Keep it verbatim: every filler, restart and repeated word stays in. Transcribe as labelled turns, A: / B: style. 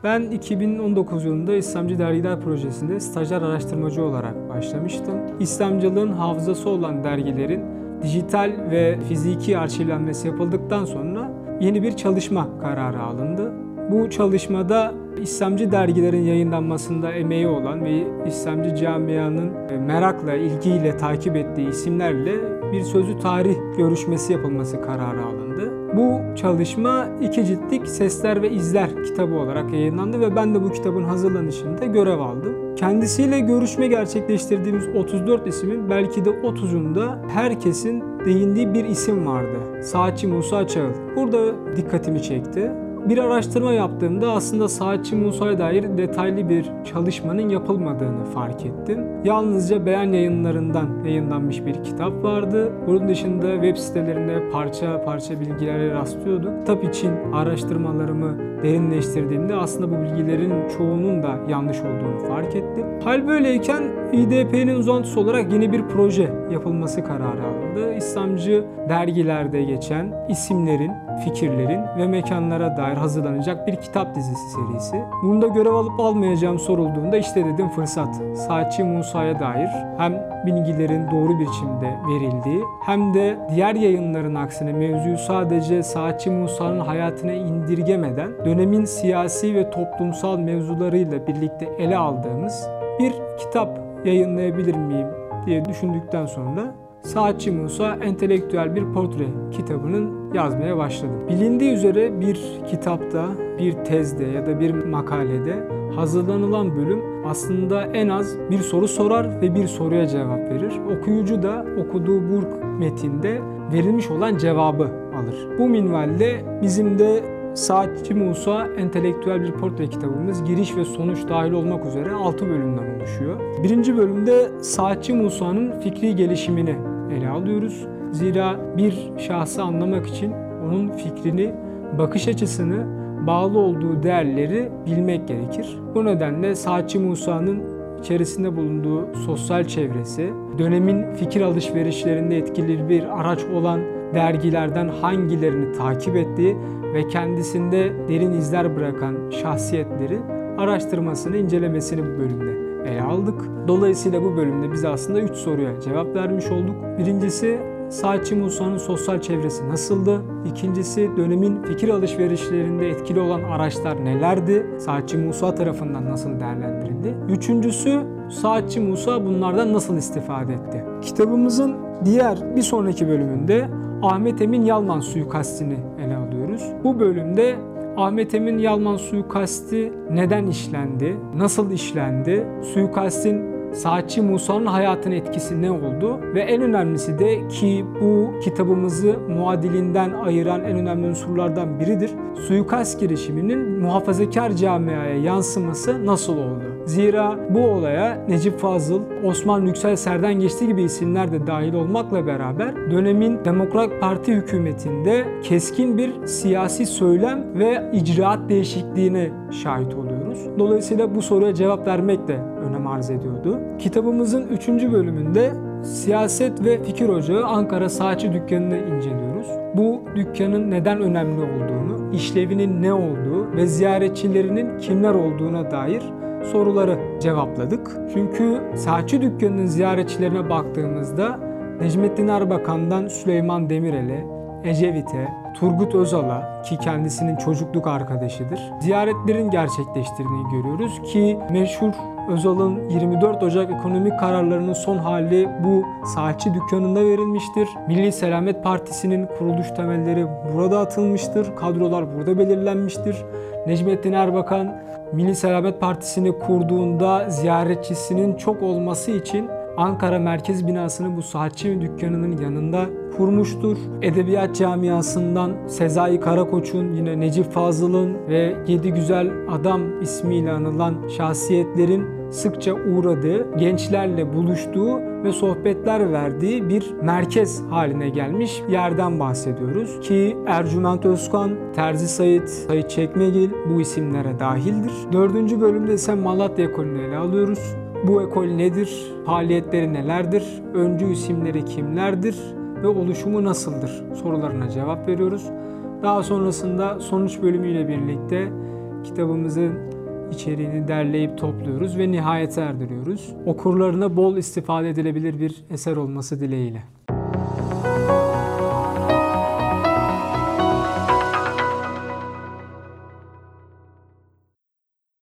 A: Ben iki bin on dokuz yılında İslamcı Dergiler Projesi'nde stajyer araştırmacı olarak başlamıştım. İslamcılığın hafızası olan dergilerin dijital ve fiziki arşivlenmesi yapıldıktan sonra yeni bir çalışma kararı alındı. Bu çalışmada İslamcı dergilerin yayınlanmasında emeği olan ve İslamcı camianın merakla, ilgiyle takip ettiği isimlerle bir sözlü tarih görüşmesi yapılması kararı alındı. Bu çalışma iki ciltlik Sesler ve İzler kitabı olarak yayınlandı ve ben de bu kitabın hazırlanışında görev aldım. Kendisiyle görüşme gerçekleştirdiğimiz otuz dört ismin belki de otuzunda herkesin değindiği bir isim vardı. Saatçi Musa Çağıl. Burada dikkatimi çekti. Bir araştırma yaptığımda aslında Saatçi Musa'ya dair detaylı bir çalışmanın yapılmadığını fark ettim. Yalnızca Beyan Yayınları'ndan yayınlanmış bir kitap vardı. Bunun dışında web sitelerinde parça parça bilgilere rastlıyorduk. Kitap için araştırmalarımı derinleştirdiğimde aslında bu bilgilerin çoğunun da yanlış olduğunu fark ettim. Hal böyleyken İ D P'nin uzantısı olarak yeni bir proje yapılması kararı alındı. İslamcı dergilerde geçen isimlerin, fikirlerin ve mekanlara dair hazırlanacak bir kitap dizisi serisi. Bunda görev alıp almayacağım sorulduğunda işte dedim fırsat. Saatçi Musa'ya dair hem bilgilerin doğru biçimde verildiği hem de diğer yayınların aksine mevzuyu sadece Saatçi Musa'nın hayatına indirgemeden dönemin siyasi ve toplumsal mevzularıyla birlikte ele aldığımız bir kitap yayınlayabilir miyim diye düşündükten sonra Saatçi Musa entelektüel bir portre kitabının yazmaya başladım. Bilindiği üzere bir kitapta, bir tezde ya da bir makalede hazırlanılan bölüm aslında en az bir soru sorar ve bir soruya cevap verir. Okuyucu da okuduğu bu metinde verilmiş olan cevabı alır. Bu minvalde bizim de Saatçi Musa entelektüel bir portre kitabımız giriş ve sonuç dahil olmak üzere altı bölümden oluşuyor. Birinci bölümde Saatçi Musa'nın fikri gelişimini ele alıyoruz. Zira bir şahsı anlamak için onun fikrini, bakış açısını, bağlı olduğu değerleri bilmek gerekir. Bu nedenle Saatçi Musa'nın içerisinde bulunduğu sosyal çevresi, dönemin fikir alışverişlerinde etkili bir araç olan dergilerden hangilerini takip ettiği ve kendisinde derin izler bırakan şahsiyetleri araştırmasını, incelemesini bu bölümde ele aldık. Dolayısıyla bu bölümde biz aslında üç soruya cevap vermiş olduk. Birincisi, Saatçi Musa'nın sosyal çevresi nasıldı? İkincisi, dönemin fikir alışverişlerinde etkili olan araçlar nelerdi? Saatçi Musa tarafından nasıl değerlendirildi? Üçüncüsü, Saatçi Musa bunlardan nasıl istifade etti? Kitabımızın diğer bir sonraki bölümünde Ahmet Emin Yalman suikastini ele alıyoruz. Bu bölümde Ahmet Emin Yalman suikasti neden işlendi, nasıl işlendi, suikastin Saatçi Musa'nın hayatına etkisi ne oldu ve en önemlisi de ki bu kitabımızı muadilinden ayıran en önemli unsurlardan biridir. Suikast girişiminin muhafazakar camiaya yansıması nasıl oldu? Zira bu olaya Necip Fazıl, Osman Yüksel Serden Geçti gibi isimler de dahil olmakla beraber dönemin Demokrat Parti hükümetinde keskin bir siyasi söylem ve icraat değişikliğine şahit oluyoruz. Dolayısıyla bu soruya cevap vermek de önem arz ediyordu. Kitabımızın üçüncü bölümünde Siyaset ve Fikir Ocağı Ankara Saatçi Dükkanı'nı inceliyoruz. Bu dükkanın neden önemli olduğunu, işlevinin ne olduğu ve ziyaretçilerinin kimler olduğuna dair soruları cevapladık. Çünkü Saatçi Dükkanı'nın ziyaretçilerine baktığımızda Necmettin Erbakan'dan Süleyman Demirel'e, Ecevit'e, Turgut Özal'a ki kendisinin çocukluk arkadaşıdır, ziyaretlerin gerçekleştirdiğini görüyoruz ki meşhur Özal'ın yirmi dört Ocak ekonomik kararlarının son hali bu Saatçi Dükkanı'nda verilmiştir. Milli Selamet Partisi'nin kuruluş temelleri burada atılmıştır. Kadrolar burada belirlenmiştir. Necmettin Erbakan Milli Selamet Partisi'ni kurduğunda ziyaretçisinin çok olması için Ankara Merkez binasını bu Saatçi Dükkanı'nın yanında kurmuştur. Edebiyat camiasından Sezai Karakoç'un, yine Necip Fazıl'ın ve Yedi Güzel Adam ismiyle anılan şahsiyetlerin sıkça uğradığı, gençlerle buluştuğu ve sohbetler verdiği bir merkez haline gelmiş yerden bahsediyoruz. Ki Ercüment Özkan, Terzi Sait, Sait Çekmegil bu isimlere dahildir. Dördüncü bölümde ise Malatya Ekolü'nü ele alıyoruz. Bu ekol nedir? Faaliyetleri nelerdir? Öncü isimleri kimlerdir? Ve oluşumu nasıldır? Sorularına cevap veriyoruz. Daha sonrasında sonuç bölümüyle birlikte kitabımızın içeriğini derleyip topluyoruz ve nihayete erdiriyoruz. Okurlarına bol istifade edilebilir bir eser olması dileğiyle.